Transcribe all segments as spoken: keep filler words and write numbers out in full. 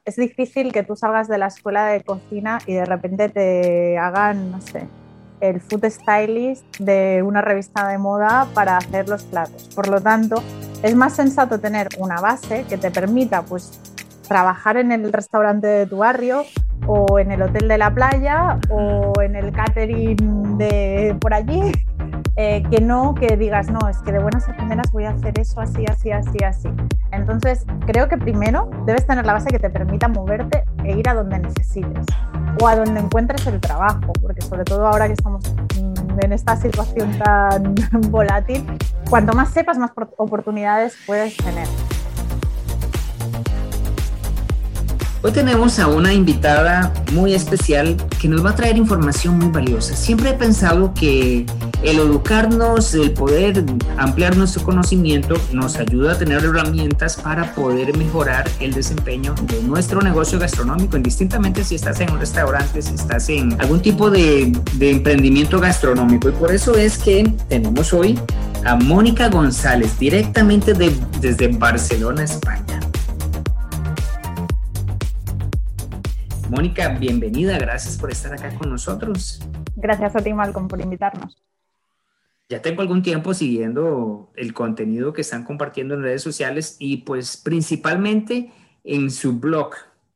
es difícil que tú salgas de la escuela de cocina y de repente te hagan, no sé, el food stylist de una revista de moda para hacer los platos. Por lo tanto, es más sensato tener una base que te permita, pues, trabajar en el restaurante de tu barrio o en el hotel de la playa o en el catering de por allí, eh, que no que digas, no, es que de buenas a primeras voy a hacer eso así, así, así, así. Entonces, creo que primero debes tener la base que te permita moverte e ir a donde necesites o a donde encuentres el trabajo, porque sobre todo ahora que estamos en esta situación tan volátil, cuanto más sepas, más oportunidades puedes tener. Hoy tenemos a una invitada muy especial que nos va a traer información muy valiosa. Siempre he pensado que el educarnos, el poder ampliar nuestro conocimiento nos ayuda a tener herramientas para poder mejorar el desempeño de nuestro negocio gastronómico, indistintamente si estás en un restaurante, si estás en algún tipo de, de emprendimiento gastronómico. Y por eso es que tenemos hoy a Mónica González, directamente de, desde Barcelona, España. Mónica, bienvenida, gracias por estar acá con nosotros. Gracias a ti, Malcolm, por invitarnos. Ya tengo algún tiempo siguiendo el contenido que están compartiendo en redes sociales y pues principalmente en su blog.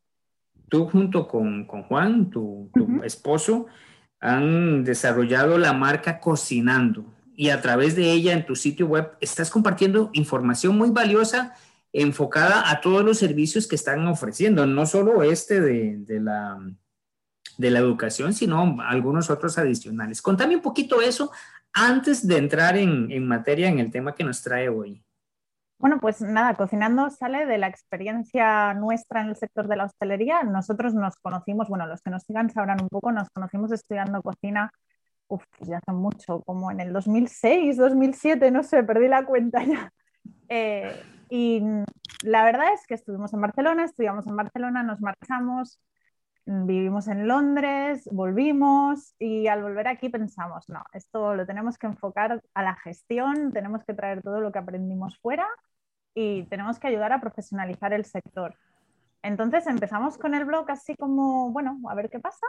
Tú junto con, con Juan, tu, tu uh-huh. esposo, han desarrollado la marca Cocinando y a través de ella en tu sitio web estás compartiendo información muy valiosa enfocada a todos los servicios que están ofreciendo, no solo este de, de, la, de la educación, sino algunos otros adicionales. Contame un poquito eso antes de entrar en, en materia en el tema que nos trae hoy. Bueno, pues nada, Cocinando sale de la experiencia nuestra en el sector de la hostelería. Nosotros nos conocimos, bueno, los que nos sigan sabrán un poco, nos conocimos estudiando cocina, uf, ya hace mucho, como en el dos mil seis, dos mil siete, no sé, perdí la cuenta ya. Eh, y la verdad es que estuvimos en Barcelona, estudiamos en Barcelona, nos marchamos, vivimos en Londres, volvimos y al volver aquí pensamos, no, esto lo tenemos que enfocar a la gestión, tenemos que traer todo lo que aprendimos fuera y tenemos que ayudar a profesionalizar el sector. Entonces empezamos con el blog así como, bueno, a ver qué pasa.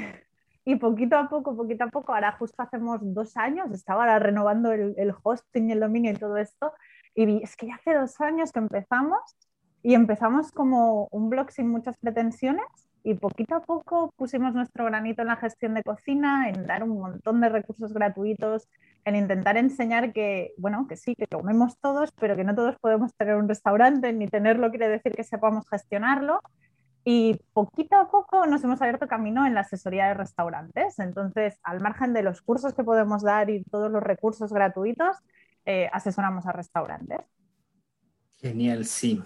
Y poquito a poco, poquito a poco, ahora justo hacemos dos años, estaba ahora renovando el, el hosting y el dominio y todo esto, y es que ya hace dos años que empezamos, y empezamos como un blog sin muchas pretensiones, y poquito a poco pusimos nuestro granito en la gestión de cocina, en dar un montón de recursos gratuitos, en intentar enseñar que, bueno, que sí, que comemos todos, pero que no todos podemos tener un restaurante, ni tenerlo quiere decir que sepamos gestionarlo. Y poquito a poco nos hemos abierto camino en la asesoría de restaurantes. Entonces, al margen de los cursos que podemos dar y todos los recursos gratuitos, eh, asesoramos a restaurantes. Genial, sí.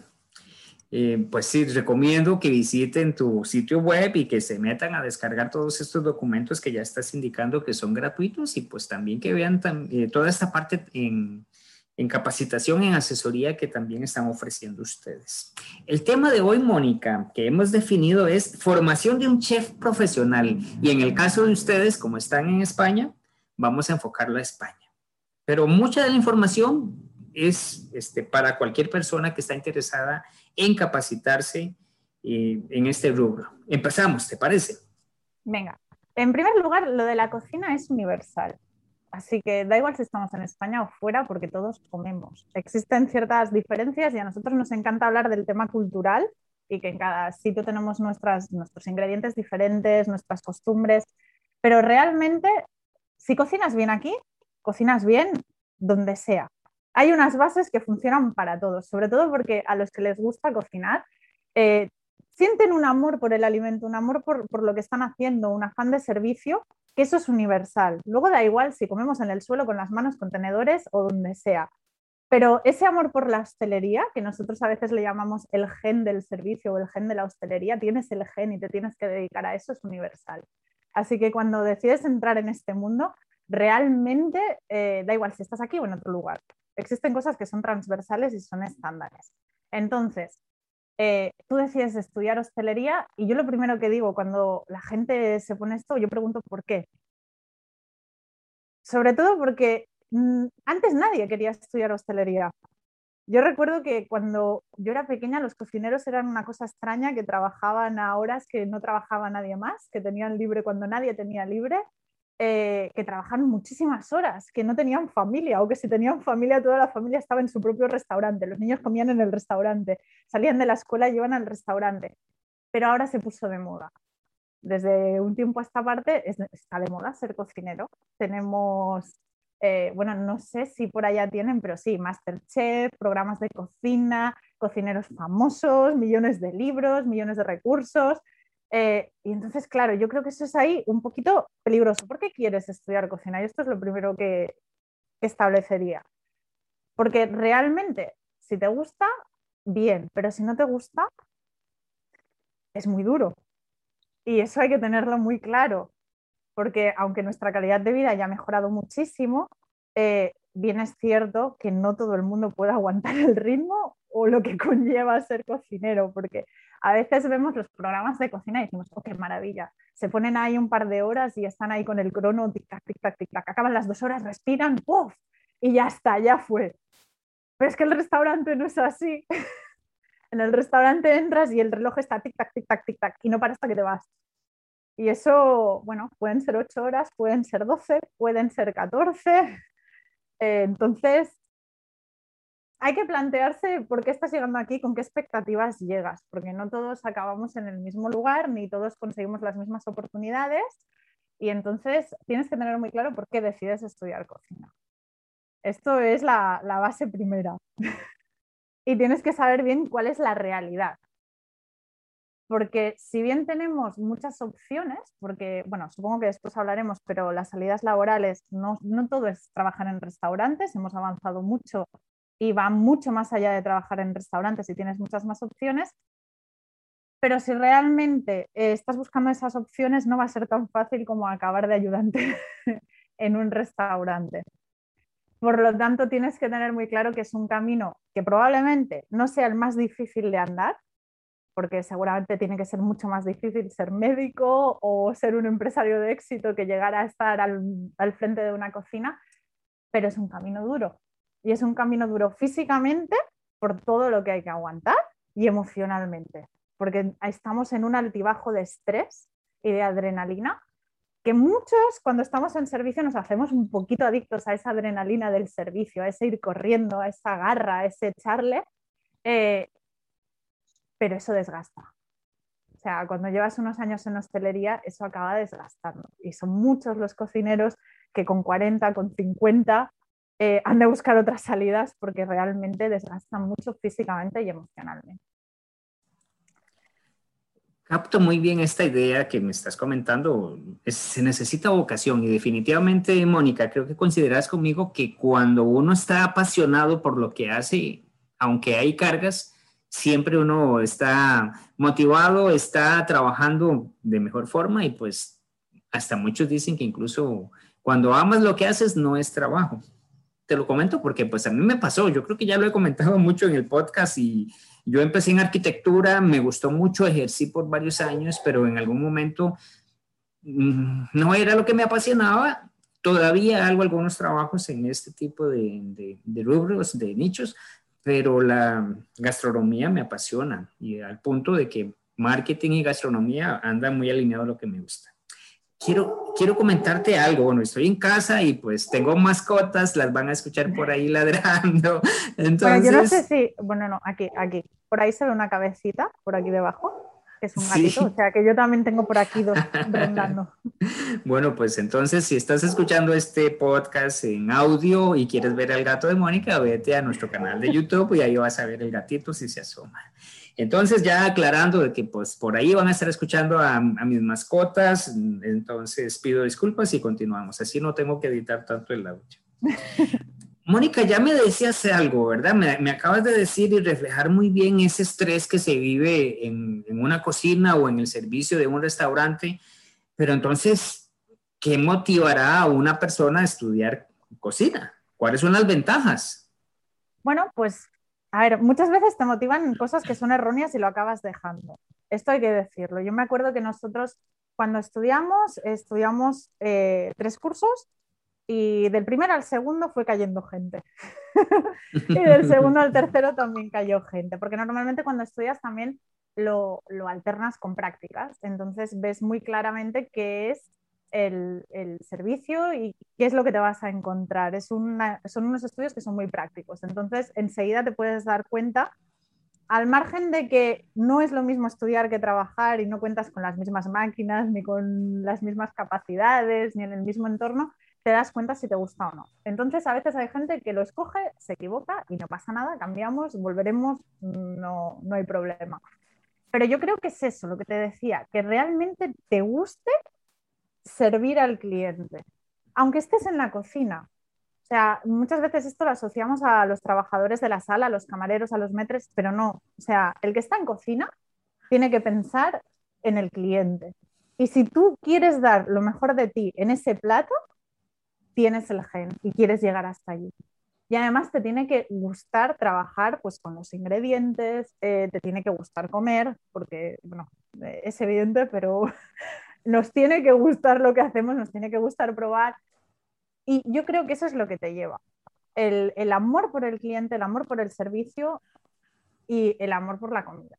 Eh, pues sí, recomiendo que visiten tu sitio web y que se metan a descargar todos estos documentos que ya estás indicando que son gratuitos y pues también que vean eh, toda esta parte en... en capacitación, en asesoría que también están ofreciendo ustedes. El tema de hoy, Mónica, que hemos definido es formación de un chef profesional y en el caso de ustedes, como están en España, vamos a enfocarlo a España. Pero mucha de la información es este, para cualquier persona que está interesada en capacitarse eh, en este rubro. Empezamos, ¿te parece? Venga, en primer lugar, lo de la cocina es universal. Así que da igual si estamos en España o fuera, porque todos comemos. Existen ciertas diferencias y a nosotros nos encanta hablar del tema cultural y que en cada sitio tenemos nuestras, nuestros ingredientes diferentes, nuestras costumbres, pero realmente, si cocinas bien aquí, cocinas bien donde sea. Hay unas bases que funcionan para todos, sobre todo porque a los que les gusta cocinar, eh, sienten un amor por el alimento, un amor por, por lo que están haciendo, un afán de servicio, que eso es universal. Luego da igual si comemos en el suelo con las manos, con tenedores o donde sea. Pero ese amor por la hostelería, que nosotros a veces le llamamos el gen del servicio o el gen de la hostelería, tienes el gen y te tienes que dedicar a eso, es universal. Así que cuando decides entrar en este mundo, realmente eh, da igual si estás aquí o en otro lugar. Existen cosas que son transversales y son estándares. Entonces, Eh, tú decides estudiar hostelería y yo lo primero que digo cuando la gente se pone esto, yo pregunto ¿por qué? Sobre todo porque mmm, antes nadie quería estudiar hostelería. Yo recuerdo que cuando yo era pequeña los cocineros eran una cosa extraña, que trabajaban a horas que no trabajaba nadie más, que tenían libre cuando nadie tenía libre, eh, que trabajaban muchísimas horas, que no tenían familia o que si tenían familia toda la familia estaba en su propio restaurante, los niños comían en el restaurante, salían de la escuela y iban al restaurante, pero ahora se puso de moda. Desde un tiempo a esta parte es, está de moda ser cocinero. Tenemos, eh, bueno, no sé si por allá tienen, pero sí, MasterChef, programas de cocina, cocineros famosos, millones de libros, millones de recursos. Eh, y entonces, claro, yo creo que eso es ahí un poquito peligroso. ¿Por qué quieres estudiar cocina? Y esto es lo primero que, que establecería. Porque realmente, si te gusta, bien, pero si no te gusta, es muy duro. Y eso hay que tenerlo muy claro, porque aunque nuestra calidad de vida haya mejorado muchísimo, eh, bien es cierto que no todo el mundo puede aguantar el ritmo o lo que conlleva ser cocinero, porque a veces vemos los programas de cocina y decimos, oh, qué maravilla, se ponen ahí un par de horas y están ahí con el crono, tic-tac, tic-tac, tic-tac, acaban las dos horas, respiran, ¡puf! Y ya está, ya fue. Pero es que el restaurante no es así. En el restaurante entras y el reloj está tic-tac, tic-tac, tic-tac, y no para hasta que te vas. Y eso, bueno, pueden ser ocho horas, pueden ser doce, pueden ser catorce. Eh, entonces, hay que plantearse por qué estás llegando aquí, con qué expectativas llegas, porque no todos acabamos en el mismo lugar, ni todos conseguimos las mismas oportunidades. Y entonces tienes que tener muy claro por qué decides estudiar cocina. Esto es la, la base primera. Y tienes que saber bien cuál es la realidad. Porque si bien tenemos muchas opciones, porque, bueno, supongo que después hablaremos, pero las salidas laborales, no, no todo es trabajar en restaurantes, hemos avanzado mucho y va mucho más allá de trabajar en restaurantes y tienes muchas más opciones, pero si realmente eh, estás buscando esas opciones, no va a ser tan fácil como acabar de ayudante en un restaurante. Por lo tanto, tienes que tener muy claro que es un camino que probablemente no sea el más difícil de andar, porque seguramente tiene que ser mucho más difícil ser médico o ser un empresario de éxito que llegar a estar al, al frente de una cocina, pero es un camino duro. Y es un camino duro físicamente por todo lo que hay que aguantar y emocionalmente, porque estamos en un altibajo de estrés y de adrenalina que muchos cuando estamos en servicio nos hacemos un poquito adictos a esa adrenalina del servicio, a ese ir corriendo, a esa garra, a ese echarle, eh, pero eso desgasta. O sea, cuando llevas unos años en hostelería, eso acaba desgastando. Y son muchos los cocineros que con cuarenta, con cincuenta, eh, han de buscar otras salidas porque realmente desgastan mucho físicamente y emocionalmente. Capto muy bien esta idea que me estás comentando. Es, se necesita vocación y definitivamente, Mónica, creo que consideras conmigo que cuando uno está apasionado por lo que hace, aunque hay cargas, siempre uno está motivado, está trabajando de mejor forma y pues hasta muchos dicen que incluso cuando amas lo que haces no es trabajo. Te lo comento porque pues a mí me pasó, yo creo que ya lo he comentado mucho en el podcast y yo empecé en arquitectura, me gustó mucho, ejercí por varios años, pero en algún momento mmm, no era lo que me apasionaba. Todavía hago algunos trabajos en este tipo de, de, de rubros, de nichos, pero la gastronomía me apasiona y al punto de que marketing y gastronomía andan muy alineados a lo que me gusta. Quiero, quiero comentarte algo. Bueno, estoy en casa y pues tengo mascotas, las van a escuchar por ahí ladrando. Bueno, yo no sé Entonces, si, bueno, no, aquí, aquí, por ahí se ve una cabecita, por aquí debajo, que es un gatito, o sí. sea que yo también tengo por aquí dos rondando. Bueno, pues entonces si estás escuchando este podcast en audio y quieres ver al gato de Mónica, vete a nuestro canal de YouTube y ahí vas a ver el gatito si se asoma. Entonces ya aclarando de que pues por ahí van a estar escuchando a, a mis mascotas, entonces pido disculpas y continuamos. Así no tengo que editar tanto el audio. Mónica, ya me decías algo, ¿verdad? Me, me acabas de decir y reflejar muy bien ese estrés que se vive en, en una cocina o en el servicio de un restaurante, pero entonces, ¿qué motivará a una persona a estudiar cocina? ¿Cuáles son las ventajas? Bueno, pues, a ver, muchas veces te motivan cosas que son erróneas y lo acabas dejando. Esto hay que decirlo. Yo me acuerdo que nosotros cuando estudiamos, estudiamos eh, tres cursos y del primero al segundo fue cayendo gente. Y del segundo al tercero también cayó gente, porque normalmente cuando estudias también lo, lo alternas con prácticas, entonces ves muy claramente qué es el, el servicio y qué es lo que te vas a encontrar. Es una, son unos estudios que son muy prácticos, entonces enseguida te puedes dar cuenta, al margen de que no es lo mismo estudiar que trabajar y no cuentas con las mismas máquinas, ni con las mismas capacidades, ni en el mismo entorno, te das cuenta si te gusta o no. Entonces, a veces hay gente que lo escoge, se equivoca y no pasa nada, cambiamos, volveremos, no, no hay problema. Pero yo creo que es eso, lo que te decía, que realmente te guste servir al cliente, aunque estés en la cocina. O sea, muchas veces esto lo asociamos a los trabajadores de la sala, a los camareros, a los maîtres, pero no. O sea, el que está en cocina tiene que pensar en el cliente. Y si tú quieres dar lo mejor de ti en ese plato, tienes el gen y quieres llegar hasta allí. Y además te tiene que gustar trabajar pues, con los ingredientes, eh, te tiene que gustar comer, porque, bueno, eh, es evidente, pero nos tiene que gustar lo que hacemos, nos tiene que gustar probar. Y yo creo que eso es lo que te lleva. El, el amor por el cliente, el amor por el servicio y el amor por la comida.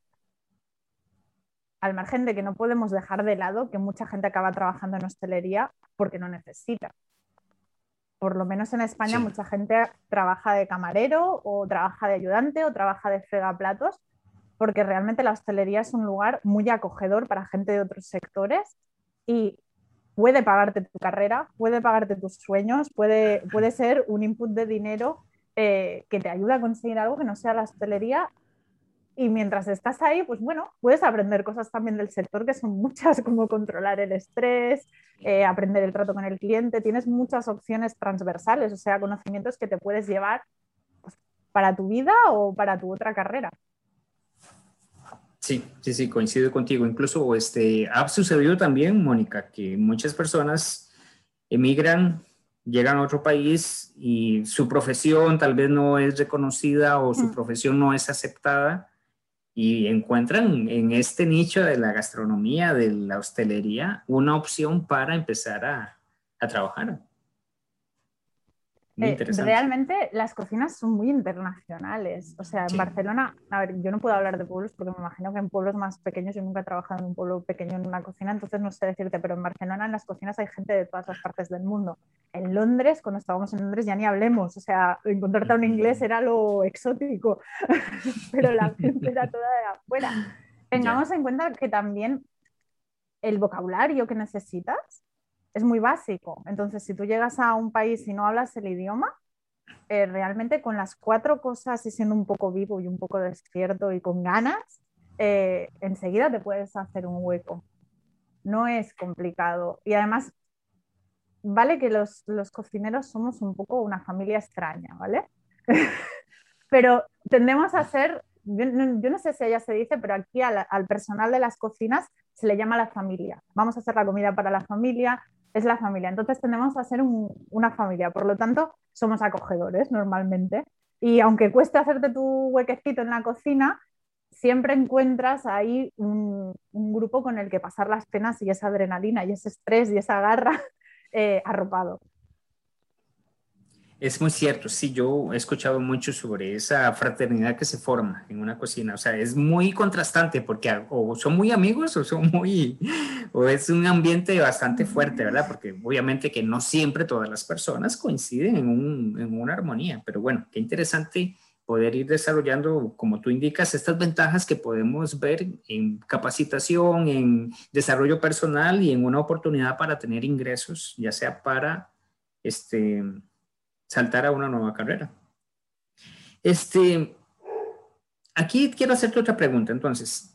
Al margen de que no podemos dejar de lado que mucha gente acaba trabajando en hostelería porque no necesita. Por lo menos en España, Sí. mucha gente trabaja de camarero o trabaja de ayudante o trabaja de fregaplatos, porque realmente la hostelería es un lugar muy acogedor para gente de otros sectores y puede pagarte tu carrera, puede pagarte tus sueños, puede, puede ser un input de dinero eh, que te ayuda a conseguir algo que no sea la hostelería. Y mientras estás ahí, pues bueno, puedes aprender cosas también del sector que son muchas, como controlar el estrés, eh, aprender el trato con el cliente. Tienes muchas opciones transversales, o sea, conocimientos que te puedes llevar pues, para tu vida o para tu otra carrera. Sí, sí, sí, coincido contigo. Incluso este, ha sucedido también, Mónica, que muchas personas emigran, llegan a otro país y su profesión tal vez no es reconocida o su Mm. profesión no es aceptada y encuentran en este nicho de la gastronomía, de la hostelería, una opción para empezar a, a trabajar. Muy Eh, interesante. realmente las cocinas son muy internacionales. O sea, en Sí. Barcelona, a ver, yo no puedo hablar de pueblos porque me imagino que en pueblos más pequeños, yo nunca he trabajado en un pueblo pequeño en una cocina, entonces no sé decirte, pero en Barcelona en las cocinas hay gente de todas las partes del mundo. En Londres, cuando estábamos en Londres, ya ni hablemos. O sea, encontrarte a un inglés era lo exótico, pero la gente era toda de afuera. Ya. Tengamos en cuenta que también el vocabulario que necesitas es muy básico. Entonces, si tú llegas a un país y no hablas el idioma, eh, realmente con las cuatro cosas y siendo un poco vivo y un poco despierto y con ganas, eh, enseguida te puedes hacer un hueco. No es complicado. Y además, vale que los, los cocineros somos un poco una familia extraña, ¿vale? Pero tendemos a ser, yo no, yo no sé si allá se dice, pero aquí al, al personal de las cocinas se le llama la familia. Vamos a hacer la comida para la familia, es la familia. Entonces tendemos a ser un, una familia, por lo tanto somos acogedores normalmente. Y aunque cueste hacerte tu huequecito en la cocina, siempre encuentras ahí un, un grupo con el que pasar las penas y esa adrenalina y ese estrés y esa garra eh, arropado. Es muy cierto, sí, yo he escuchado mucho sobre esa fraternidad que se forma en una cocina, o sea, es muy contrastante porque o son muy amigos o son muy, o es un ambiente bastante fuerte, ¿verdad? Porque obviamente que no siempre todas las personas coinciden en, un, en una armonía, pero bueno, qué interesante poder ir desarrollando, como tú indicas, estas ventajas que podemos ver en capacitación, en desarrollo personal y en una oportunidad para tener ingresos, ya sea para este saltar a una nueva carrera. Este, aquí quiero hacerte otra pregunta, entonces.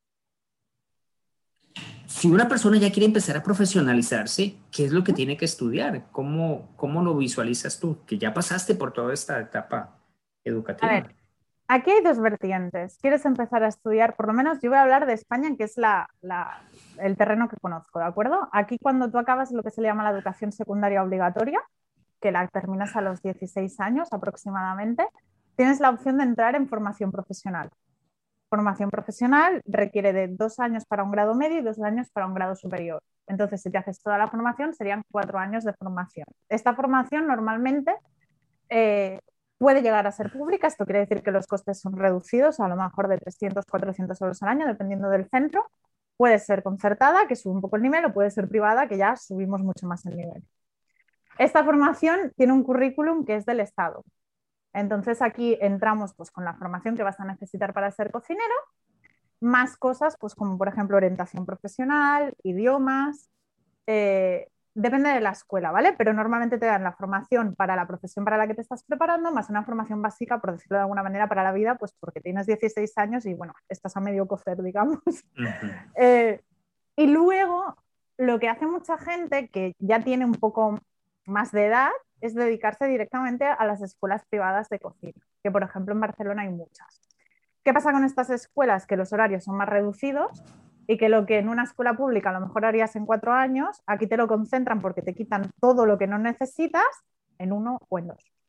Si una persona ya quiere empezar a profesionalizarse, ¿qué es lo que tiene que estudiar? ¿Cómo, cómo lo visualizas tú? Que ya pasaste por toda esta etapa A educativa. ver, aquí hay dos vertientes. ¿Quieres empezar a estudiar? Por lo menos yo voy a hablar de España, que es la, la, el terreno que conozco, ¿de acuerdo? Aquí cuando tú acabas lo que se le llama la educación secundaria obligatoria, que la terminas a los dieciséis años aproximadamente, tienes la opción de entrar en formación profesional. Formación profesional requiere de dos años para un grado medio y dos años para un grado superior. Entonces, si te haces toda la formación, serían cuatro años de formación. Esta formación normalmente eh, puede llegar a ser pública, esto quiere decir que los costes son reducidos, a lo mejor de trescientos, cuatrocientos euros al año, dependiendo del centro. Puede ser concertada, que sube un poco el nivel, o puede ser privada, que ya subimos mucho más el nivel. Esta formación tiene un currículum que es del Estado. Entonces aquí entramos pues, con la formación que vas a necesitar para ser cocinero, más cosas pues, como por ejemplo orientación profesional, idiomas, eh, depende de la escuela, ¿vale? Pero normalmente te dan la formación para la profesión para la que te estás preparando, más una formación básica, por decirlo de alguna manera, para la vida, pues porque tienes dieciséis años y bueno, estás a medio cocer, digamos. Uh-huh. eh, y luego, lo que hace mucha gente que ya tiene un poco más de edad es dedicarse directamente a las escuelas privadas de cocina, que por ejemplo en Barcelona hay muchas. ¿Qué pasa con estas escuelas? Que los horarios son más reducidos y que lo que en una escuela pública a lo mejor harías en cuatro años, aquí te lo concentran porque te quitan todo lo que no necesitas en uno o en dos.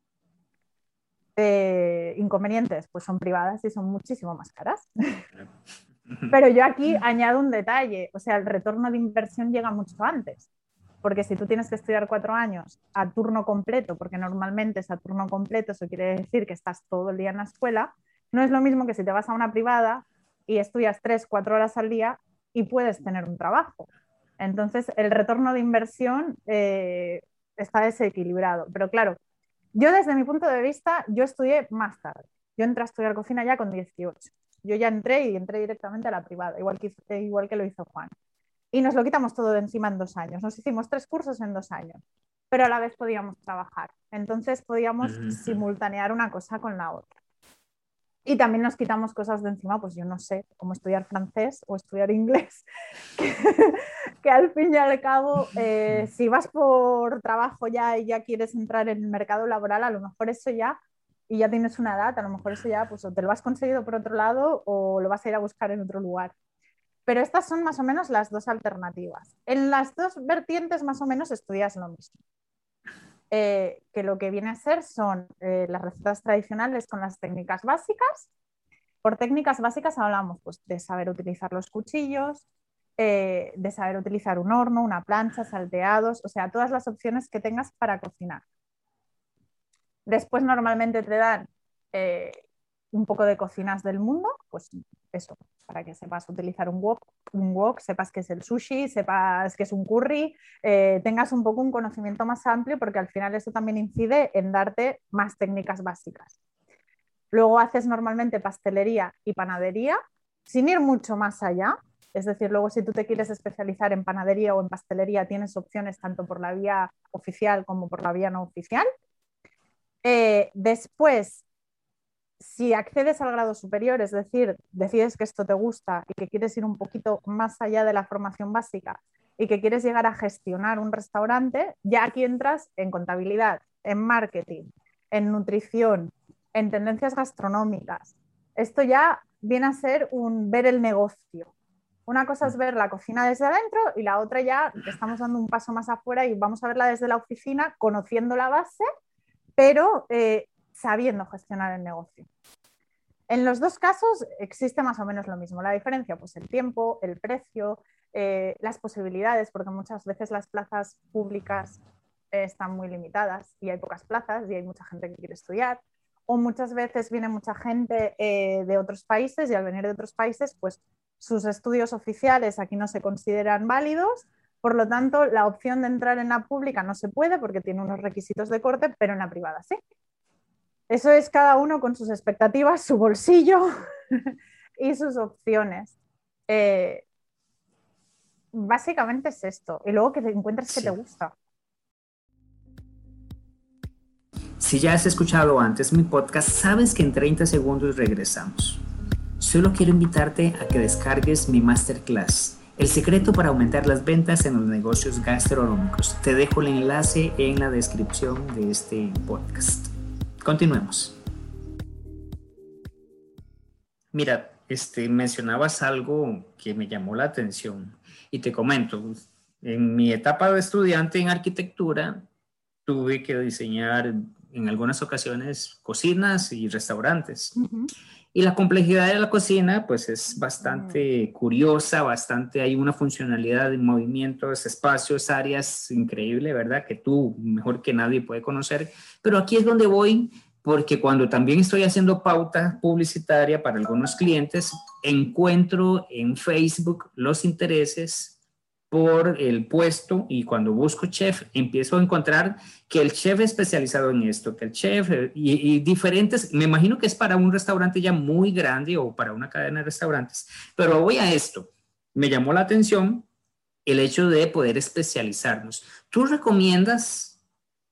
Eh, inconvenientes, pues son privadas y son muchísimo más caras. Pero yo aquí añado un detalle, o sea, el retorno de inversión llega mucho antes. Porque si tú tienes que estudiar cuatro años a turno completo, porque normalmente es a turno completo, eso quiere decir que estás todo el día en la escuela, no es lo mismo que si te vas a una privada y estudias tres, cuatro horas al día y puedes tener un trabajo. Entonces, el retorno de inversión eh, está desequilibrado. Pero claro, yo desde mi punto de vista, yo estudié más tarde. Yo entré a estudiar cocina ya con dieciocho. Yo ya entré y entré directamente a la privada, igual que, igual que lo hizo Juan. Y nos lo quitamos todo de encima en dos años. Nos hicimos tres cursos en dos años, pero a la vez podíamos trabajar. Entonces podíamos uh-huh. simultanear una cosa con la otra. Y también nos quitamos cosas de encima, pues yo no sé, como estudiar francés o estudiar inglés, que, que al fin y al cabo, eh, si vas por trabajo ya y ya quieres entrar en el mercado laboral, a lo mejor eso ya, y ya tienes una edad, a lo mejor eso ya, pues o te lo has conseguido por otro lado o lo vas a ir a buscar en otro lugar. Pero estas son más o menos las dos alternativas. En las dos vertientes más o menos estudias lo mismo. Eh, que lo que viene a ser son eh, las recetas tradicionales con las técnicas básicas. Por técnicas básicas hablamos pues, de saber utilizar los cuchillos, eh, de saber utilizar un horno, una plancha, salteados, o sea, todas las opciones que tengas para cocinar. Después normalmente te dan eh, un poco de cocinas del mundo, pues eso, para que sepas utilizar un wok, un wok, sepas qué es el sushi, sepas qué es un curry, eh, tengas un poco un conocimiento más amplio, porque al final eso también incide en darte más técnicas básicas. Luego haces normalmente pastelería y panadería, sin ir mucho más allá. Es decir, luego si tú te quieres especializar en panadería o en pastelería, tienes opciones tanto por la vía oficial como por la vía no oficial. Eh, después, si accedes al grado superior, es decir, decides que esto te gusta y que quieres ir un poquito más allá de la formación básica y que quieres llegar a gestionar un restaurante, ya aquí entras en contabilidad, en marketing, en nutrición, en tendencias gastronómicas. Esto ya viene a ser un ver el negocio. Una cosa es ver la cocina desde adentro y la otra ya estamos dando un paso más afuera y vamos a verla desde la oficina, conociendo la base, pero eh, sabiendo gestionar el negocio. En los dos casos existe más o menos lo mismo. La diferencia, pues el tiempo, el precio, eh, las posibilidades, porque muchas veces las plazas públicas eh, están muy limitadas y hay pocas plazas y hay mucha gente que quiere estudiar. O muchas veces viene mucha gente eh, de otros países y al venir de otros países, pues sus estudios oficiales aquí no se consideran válidos. Por lo tanto, la opción de entrar en la pública no se puede porque tiene unos requisitos de corte, pero en la privada sí. Eso es cada uno con sus expectativas, su bolsillo y sus opciones. Eh, básicamente es esto. Y luego que te encuentres sí. que te gusta. Si ya has escuchado antes mi podcast, sabes que en treinta segundos regresamos. Solo quiero invitarte a que descargues mi masterclass, El secreto para aumentar las ventas en los negocios gastronómicos. Te dejo el enlace en la descripción de este podcast. Continuemos. Mira, este, mencionabas algo que me llamó la atención y te comento. En mi etapa de estudiante en arquitectura tuve que diseñar en algunas ocasiones cocinas y restaurantes. Uh-huh. Y la complejidad de la cocina, pues es bastante uh-huh. curiosa, bastante, hay una funcionalidad de movimientos, espacios, áreas increíble, ¿verdad? Que tú mejor que nadie puede conocer. Pero aquí es donde voy, porque cuando también estoy haciendo pauta publicitaria para algunos clientes, encuentro en Facebook los intereses por el puesto, y cuando busco chef empiezo a encontrar que el chef especializado en esto, que el chef y, y diferentes, me imagino que es para un restaurante ya muy grande o para una cadena de restaurantes, pero voy a esto, me llamó la atención el hecho de poder especializarnos. ¿Tú recomiendas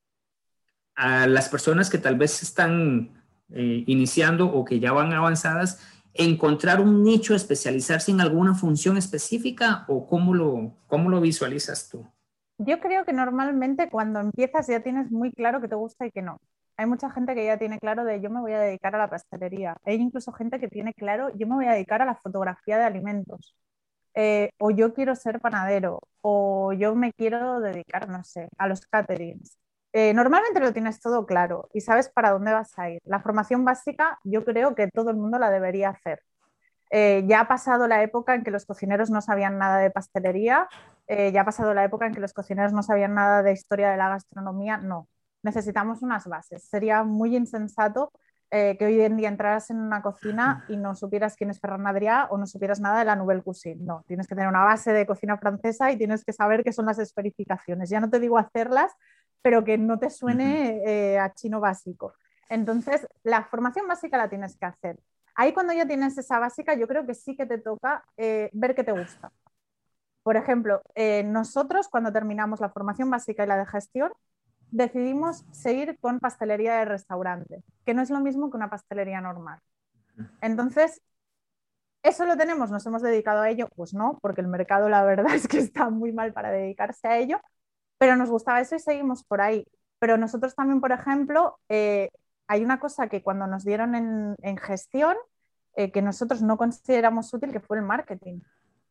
a las personas que tal vez están eh, iniciando o que ya van avanzadas encontrar un nicho, especializarse en alguna función específica, o cómo lo, cómo lo visualizas tú? Yo creo que normalmente cuando empiezas ya tienes muy claro qué te gusta y qué no. Hay mucha gente que ya tiene claro de yo me voy a dedicar a la pastelería. Hay incluso gente que tiene claro yo me voy a dedicar a la fotografía de alimentos. Eh, o yo quiero ser panadero, o yo me quiero dedicar, no sé, a los caterings. Eh, normalmente lo tienes todo claro y sabes para dónde vas a ir. La formación básica yo creo que todo el mundo la debería hacer. Eh, ya ha pasado la época en que los cocineros no sabían nada de pastelería, eh, ya ha pasado la época en que los cocineros no sabían nada de historia de la gastronomía. No, necesitamos unas bases. Sería muy insensato eh, que hoy en día entraras en una cocina y no supieras quién es Ferran Adrià o no supieras nada de la Nouvelle Cuisine. No, tienes que tener una base de cocina francesa y tienes que saber qué son las esferificaciones. Ya no te digo hacerlas, pero que no te suene eh, a chino básico. Entonces, la formación básica la tienes que hacer. Ahí cuando ya tienes esa básica, yo creo que sí que te toca eh, ver qué te gusta. Por ejemplo, eh, nosotros cuando terminamos la formación básica y la de gestión, decidimos seguir con pastelería de restaurante, que no es lo mismo que una pastelería normal. Entonces, ¿eso lo tenemos? ¿Nos hemos dedicado a ello? Pues no, porque el mercado la verdad es que está muy mal para dedicarse a ello, pero nos gustaba eso y seguimos por ahí. Pero nosotros también, por ejemplo, eh, hay una cosa que cuando nos dieron en, en gestión, eh, que nosotros no consideramos útil, que fue el marketing.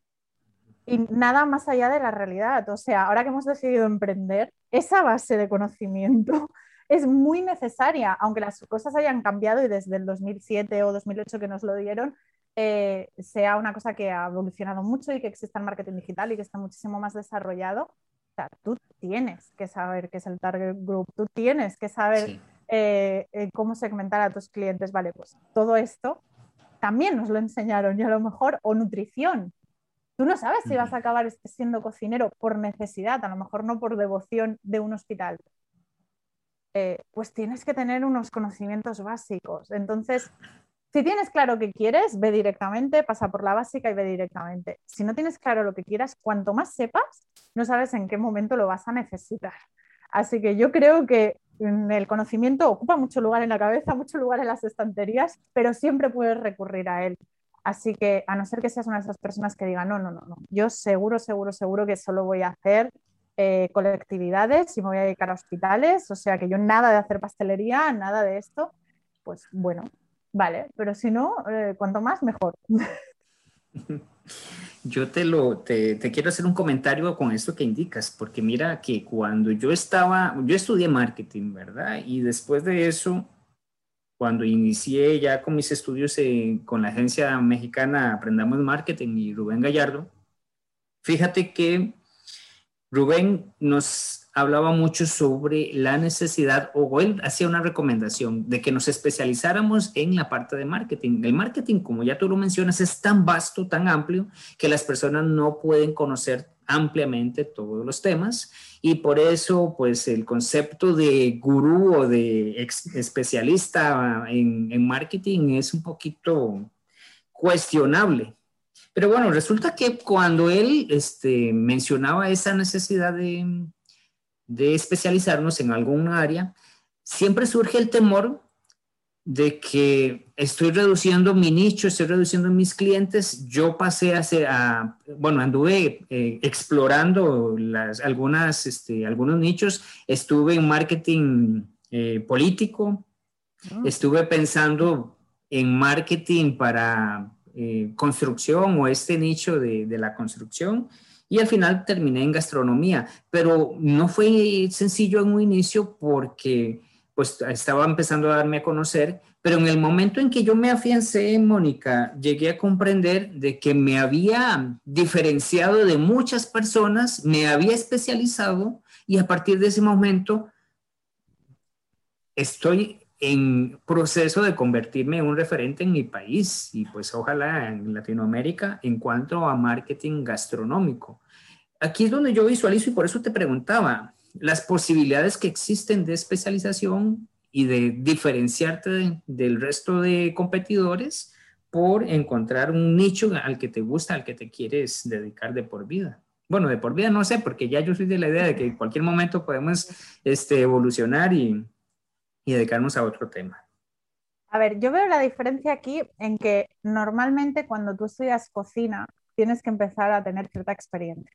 Y nada más allá de la realidad. O sea, ahora que hemos decidido emprender, esa base de conocimiento es muy necesaria, aunque las cosas hayan cambiado y desde el dos mil siete o dos mil ocho que nos lo dieron, eh, sea una cosa que ha evolucionado mucho y que exista el marketing digital y que está muchísimo más desarrollado. O sea, tú tienes que saber qué es el target group, tú tienes que saber sí. eh, eh, cómo segmentar a tus clientes. Vale, pues todo esto también nos lo enseñaron y a lo mejor, o nutrición. Tú no sabes si vas a acabar siendo cocinero por necesidad, a lo mejor no por devoción de un hospital. Eh, pues tienes que tener unos conocimientos básicos. Entonces, si tienes claro qué quieres, ve directamente, pasa por la básica y ve directamente. Si no tienes claro lo que quieras, cuanto más sepas, no sabes en qué momento lo vas a necesitar. Así que yo creo que el conocimiento ocupa mucho lugar en la cabeza, mucho lugar en las estanterías, pero siempre puedes recurrir a él. Así que, a no ser que seas una de esas personas que diga, no, no, no, no, yo seguro, seguro, seguro que solo voy a hacer eh, colectividades y me voy a dedicar a hospitales, o sea que yo nada de hacer pastelería, nada de esto, pues bueno, vale, pero si no, eh, cuanto más, mejor. Yo te, lo, te, te quiero hacer un comentario con esto que indicas, porque mira que cuando yo estaba, yo estudié marketing, ¿verdad? Y después de eso, cuando inicié ya con mis estudios eh, con la agencia mexicana Aprendamos Marketing y Rubén Gallardo, fíjate que Rubén nos hablaba mucho sobre la necesidad, o él hacía una recomendación de que nos especializáramos en la parte de marketing. El marketing, como ya tú lo mencionas, es tan vasto, tan amplio, que las personas no pueden conocer ampliamente todos los temas, y por eso pues el concepto de gurú o de ex especialista en, en marketing es un poquito cuestionable. Pero bueno, resulta que cuando él este, mencionaba esa necesidad de, de especializarnos en alguna área, siempre surge el temor de que estoy reduciendo mi nicho, estoy reduciendo mis clientes. Yo pasé a, ser, a bueno, anduve eh, explorando las, algunas, este, algunos nichos, estuve en marketing eh, político, oh. estuve pensando en marketing para eh, construcción o este nicho de, de la construcción, y al final terminé en gastronomía, pero no fue sencillo en un inicio porque pues estaba empezando a darme a conocer, pero en el momento en que yo me afiancé, Mónica, llegué a comprender de que me había diferenciado de muchas personas, me había especializado y a partir de ese momento estoy en proceso de convertirme en un referente en mi país y pues ojalá en Latinoamérica en cuanto a marketing gastronómico. Aquí es donde yo visualizo y por eso te preguntaba las posibilidades que existen de especialización y de diferenciarte de, del resto de competidores por encontrar un nicho al que te gusta, al que te quieres dedicar de por vida. Bueno, de por vida no sé, porque ya yo soy de la idea de que en cualquier momento podemos este, evolucionar y, y dedicarnos a otro tema. A ver, yo veo la diferencia aquí en que normalmente cuando tú estudias cocina tienes que empezar a tener cierta experiencia.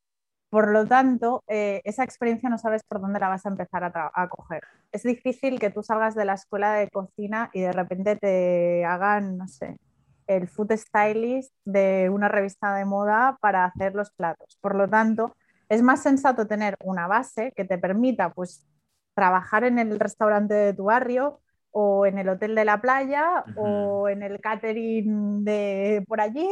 Por lo tanto, eh, esa experiencia no sabes por dónde la vas a empezar a, tra- a coger. Es difícil que tú salgas de la escuela de cocina y de repente te hagan, no sé, el food stylist de una revista de moda para hacer los platos. Por lo tanto, es más sensato tener una base que te permita, pues, trabajar en el restaurante de tu barrio o en el hotel de la playa Ujú. o en el catering de por allí,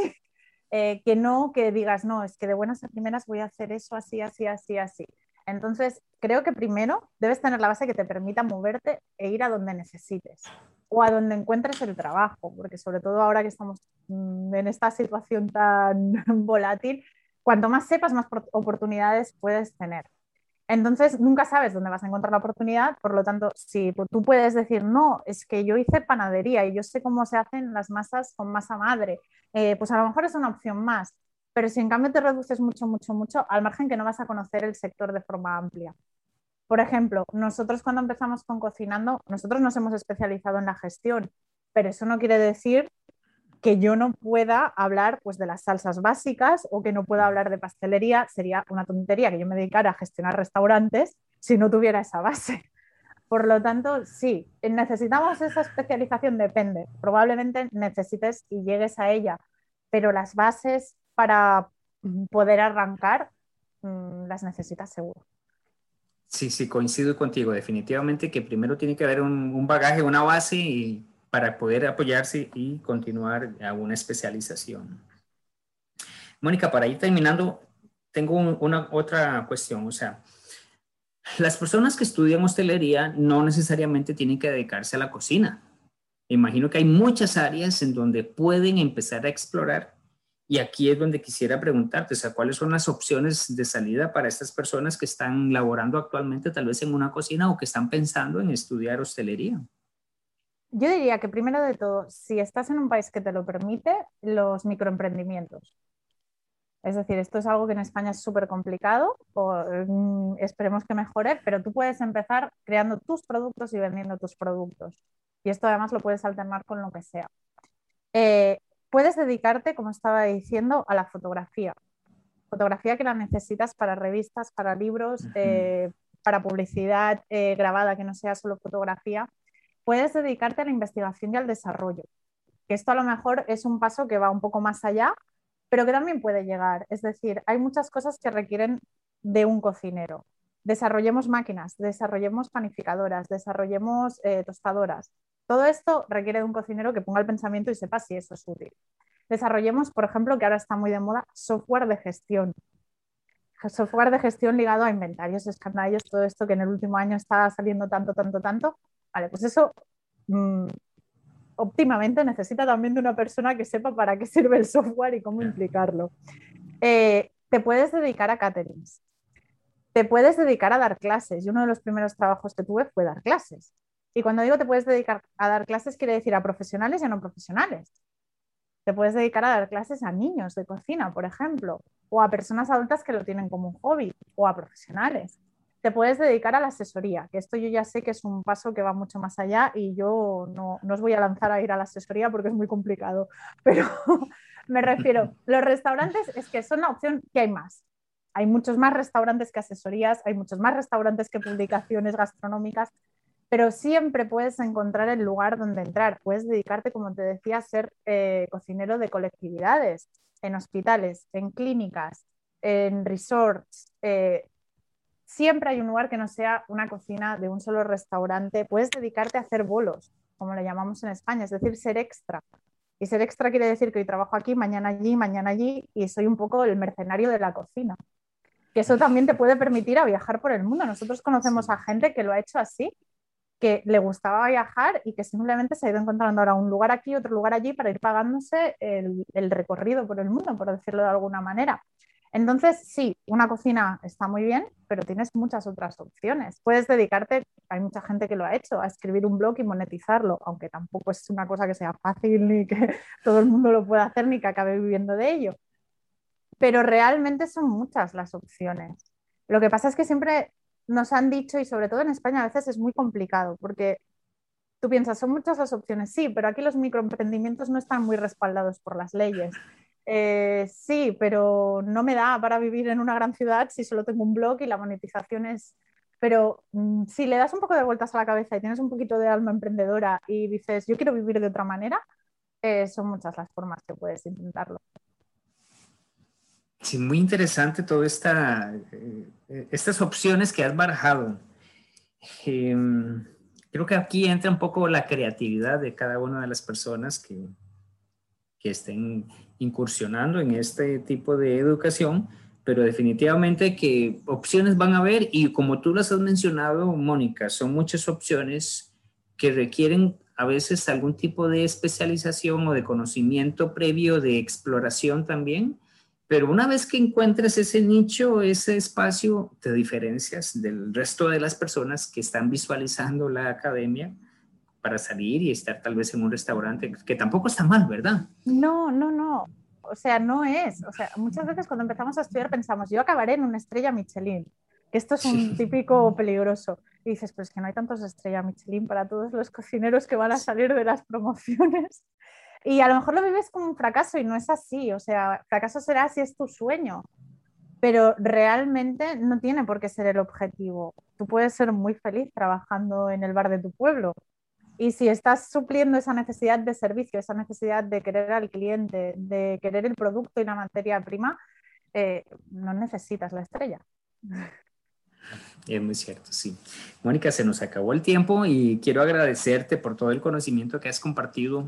eh, que no que digas, no, es que de buenas a primeras voy a hacer eso así, así, así, así. Entonces, creo que primero debes tener la base que te permita moverte e ir a donde necesites o a donde encuentres el trabajo, porque sobre todo ahora que estamos mm, en esta situación tan volátil, cuanto más sepas, más oportunidades puedes tener. Entonces, nunca sabes dónde vas a encontrar la oportunidad, por lo tanto, si tú puedes decir, no, es que yo hice panadería y yo sé cómo se hacen las masas con masa madre, eh, pues a lo mejor es una opción más, pero si en cambio te reduces mucho, mucho, mucho, al margen que no vas a conocer el sector de forma amplia. Por ejemplo, nosotros cuando empezamos con cocinando, nosotros nos hemos especializado en la gestión, pero eso no quiere decir que yo no pueda hablar pues, de las salsas básicas o que no pueda hablar de pastelería. Sería una tontería que yo me dedicara a gestionar restaurantes si no tuviera esa base. Por lo tanto, sí, necesitamos esa especialización, depende. Probablemente necesites y llegues a ella, pero las bases para poder arrancar mmm, las necesitas seguro. Sí, sí, coincido contigo. Definitivamente que primero tiene que haber un, un bagaje, una base y para poder apoyarse y continuar a una especialización. Mónica, para ir terminando, tengo un- una otra cuestión. O sea, las personas que estudian hostelería no necesariamente tienen que dedicarse a la cocina. Imagino que hay muchas áreas en donde pueden empezar a explorar y aquí es donde quisiera preguntarte, o sea, ¿cuáles son las opciones de salida para estas personas que están laborando actualmente tal vez en una cocina o que están pensando en estudiar hostelería? Yo diría que primero de todo, si estás en un país que te lo permite, los microemprendimientos. Es decir, esto es algo que en España es súper complicado, o, mm, esperemos que mejore, pero tú puedes empezar creando tus productos y vendiendo tus productos. Y esto además lo puedes alternar con lo que sea. Eh, Puedes dedicarte, como estaba diciendo, a la fotografía. Fotografía que la necesitas para revistas, para libros, Ujú. eh, para publicidad eh, grabada que no sea solo fotografía. Puedes dedicarte a la investigación y al desarrollo, que esto a lo mejor es un paso que va un poco más allá, pero que también puede llegar. Es decir, hay muchas cosas que requieren de un cocinero. Desarrollemos máquinas, desarrollemos panificadoras, desarrollemos eh, tostadoras. Todo esto requiere de un cocinero que ponga el pensamiento y sepa si eso es útil. Desarrollemos, por ejemplo, que ahora está muy de moda, software de gestión. Software de gestión ligado a inventarios, escandallos, todo esto que en el último año está saliendo tanto, tanto, tanto. Vale, pues eso mmm, óptimamente necesita también de una persona que sepa para qué sirve el software y cómo implicarlo. Eh, te puedes dedicar a caterings, te puedes dedicar a dar clases. Y uno de los primeros trabajos que tuve fue dar clases. Y cuando digo te puedes dedicar a dar clases, quiere decir a profesionales y a no profesionales. Te puedes dedicar a dar clases a niños de cocina, por ejemplo, o a personas adultas que lo tienen como un hobby, o a profesionales. Te puedes dedicar a la asesoría, que esto yo ya sé que es un paso que va mucho más allá y yo no, no os voy a lanzar a ir a la asesoría porque es muy complicado, pero me refiero, los restaurantes es que son la opción que hay más. Hay muchos más restaurantes que asesorías, hay muchos más restaurantes que publicaciones gastronómicas, pero siempre puedes encontrar el lugar donde entrar. Puedes dedicarte, como te decía, a ser eh, cocinero de colectividades, en hospitales, en clínicas, en resorts. Eh, siempre hay un lugar que no sea una cocina de un solo restaurante. Puedes dedicarte a hacer bolos, como le llamamos en España, es decir, ser extra. Y ser extra quiere decir que hoy trabajo aquí, mañana allí, mañana allí, y soy un poco el mercenario de la cocina. Que eso también te puede permitir a viajar por el mundo. Nosotros conocemos a gente que lo ha hecho así, que le gustaba viajar y que simplemente se ha ido encontrando ahora un lugar aquí, otro lugar allí, para ir pagándose el, el recorrido por el mundo, por decirlo de alguna manera. Entonces, sí, una cocina está muy bien, pero tienes muchas otras opciones. Puedes dedicarte, hay mucha gente que lo ha hecho, a escribir un blog y monetizarlo, aunque tampoco es una cosa que sea fácil ni que todo el mundo lo pueda hacer ni que acabe viviendo de ello. Pero realmente son muchas las opciones. Lo que pasa es que siempre nos han dicho, y sobre todo en España a veces es muy complicado, porque tú piensas, son muchas las opciones, sí, pero aquí los microemprendimientos no están muy respaldados por las leyes. Eh, sí, pero no me da para vivir en una gran ciudad si solo tengo un blog y la monetización es... Pero mmm, si le das un poco de vueltas a la cabeza y tienes un poquito de alma emprendedora y dices, yo quiero vivir de otra manera, eh, son muchas las formas que puedes intentarlo. Sí, muy interesante todas esta, eh, estas opciones que has barajado. Eh, creo que aquí entra un poco la creatividad de cada una de las personas que, que estén incursionando en este tipo de educación, pero definitivamente que opciones van a haber, y como tú las has mencionado, Mónica, son muchas opciones que requieren a veces algún tipo de especialización o de conocimiento previo, de exploración también. Pero una vez que encuentres ese nicho, ese espacio, te diferencias del resto de las personas que están visualizando la academia para salir y estar tal vez en un restaurante, que tampoco está mal, ¿verdad? No, no, no. O sea, no es. O sea, muchas veces cuando empezamos a estudiar pensamos, yo acabaré en una estrella Michelin, que esto es un típico peligroso. Y dices, pues que no hay tantos estrellas Michelin para todos los cocineros que van a salir de las promociones. Y a lo mejor lo vives como un fracaso y no es así. O sea, fracaso será si es tu sueño, pero realmente no tiene por qué ser el objetivo. Tú puedes ser muy feliz trabajando en el bar de tu pueblo. Y si estás supliendo esa necesidad de servicio, esa necesidad de querer al cliente, de querer el producto y la materia prima, eh, no necesitas la estrella. Es muy cierto, sí. Mónica, se nos acabó el tiempo y quiero agradecerte por todo el conocimiento que has compartido.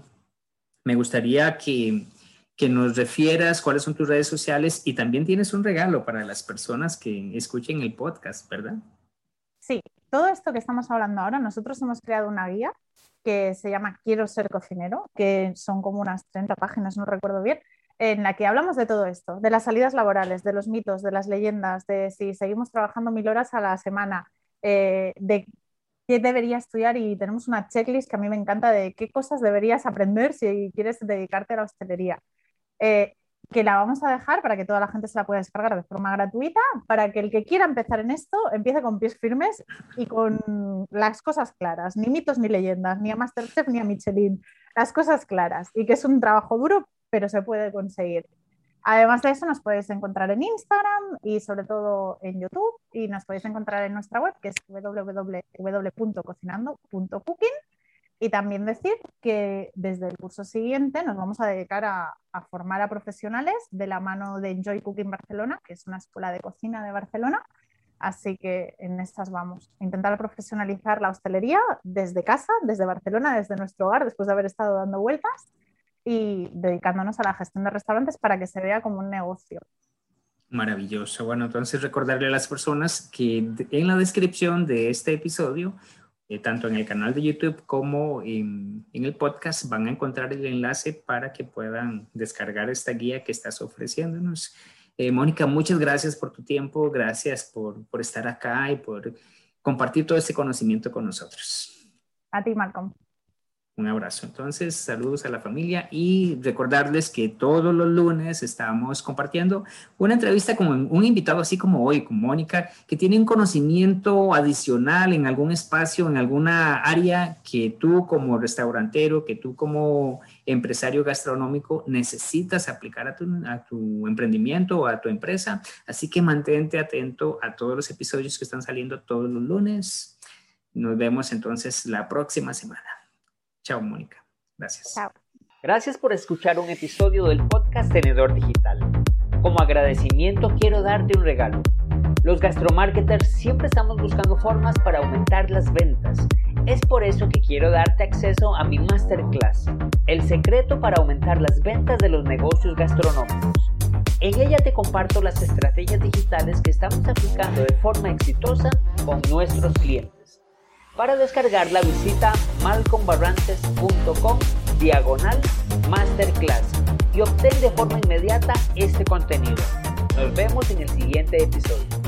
Me gustaría que, que nos refieras cuáles son tus redes sociales, y también tienes un regalo para las personas que escuchen el podcast, ¿verdad? Sí, todo esto que estamos hablando ahora, nosotros hemos creado una guía que se llama Quiero ser cocinero, que son como unas treinta páginas, no recuerdo bien, en la que hablamos de todo esto, de las salidas laborales, de los mitos, de las leyendas, de si seguimos trabajando mil horas a la semana, eh, de qué deberías estudiar, y tenemos una checklist que a mí me encanta de qué cosas deberías aprender si quieres dedicarte a la hostelería. Eh, que la vamos a dejar para que toda la gente se la pueda descargar de forma gratuita, para que el que quiera empezar en esto empiece con pies firmes y con las cosas claras, ni mitos ni leyendas, ni a MasterChef ni a Michelin, las cosas claras, y que es un trabajo duro, pero se puede conseguir. Además de eso, nos podéis encontrar en Instagram y sobre todo en YouTube, y nos podéis encontrar en nuestra web, que es w w w punto cocinando punto cooking. Y también decir que desde el curso siguiente nos vamos a dedicar a, a formar a profesionales de la mano de Enjoy Cooking Barcelona, que es una escuela de cocina de Barcelona. Así que en estas vamos a intentar profesionalizar la hostelería desde casa, desde Barcelona, desde nuestro hogar, después de haber estado dando vueltas, y dedicándonos a la gestión de restaurantes para que se vea como un negocio. Maravilloso. Bueno, entonces recordarle a las personas que en la descripción de este episodio, Eh, tanto en el canal de YouTube como en, en el podcast, van a encontrar el enlace para que puedan descargar esta guía que estás ofreciéndonos. Eh, Mónica, muchas gracias por tu tiempo, gracias por, por estar acá y por compartir todo este conocimiento con nosotros. A ti, Malcolm. Un abrazo. Entonces, saludos a la familia, y recordarles que todos los lunes estamos compartiendo una entrevista con un invitado así como hoy, con Mónica, que tiene un conocimiento adicional en algún espacio, en alguna área que tú como restaurantero, que tú como empresario gastronómico necesitas aplicar a tu, a tu emprendimiento o a tu empresa. Así que mantente atento a todos los episodios que están saliendo todos los lunes. Nos vemos entonces la próxima semana. Chao, Mónica. Gracias. Chao. Gracias por escuchar un episodio del podcast Tenedor Digital. Como agradecimiento quiero darte un regalo. Los gastromarketers siempre estamos buscando formas para aumentar las ventas. Es por eso que quiero darte acceso a mi masterclass, El secreto para aumentar las ventas de los negocios gastronómicos. En ella te comparto las estrategias digitales que estamos aplicando de forma exitosa con nuestros clientes. Para descargarla visita malcolmbarrantes.com diagonal masterclass y obtén de forma inmediata este contenido. Nos vemos en el siguiente episodio.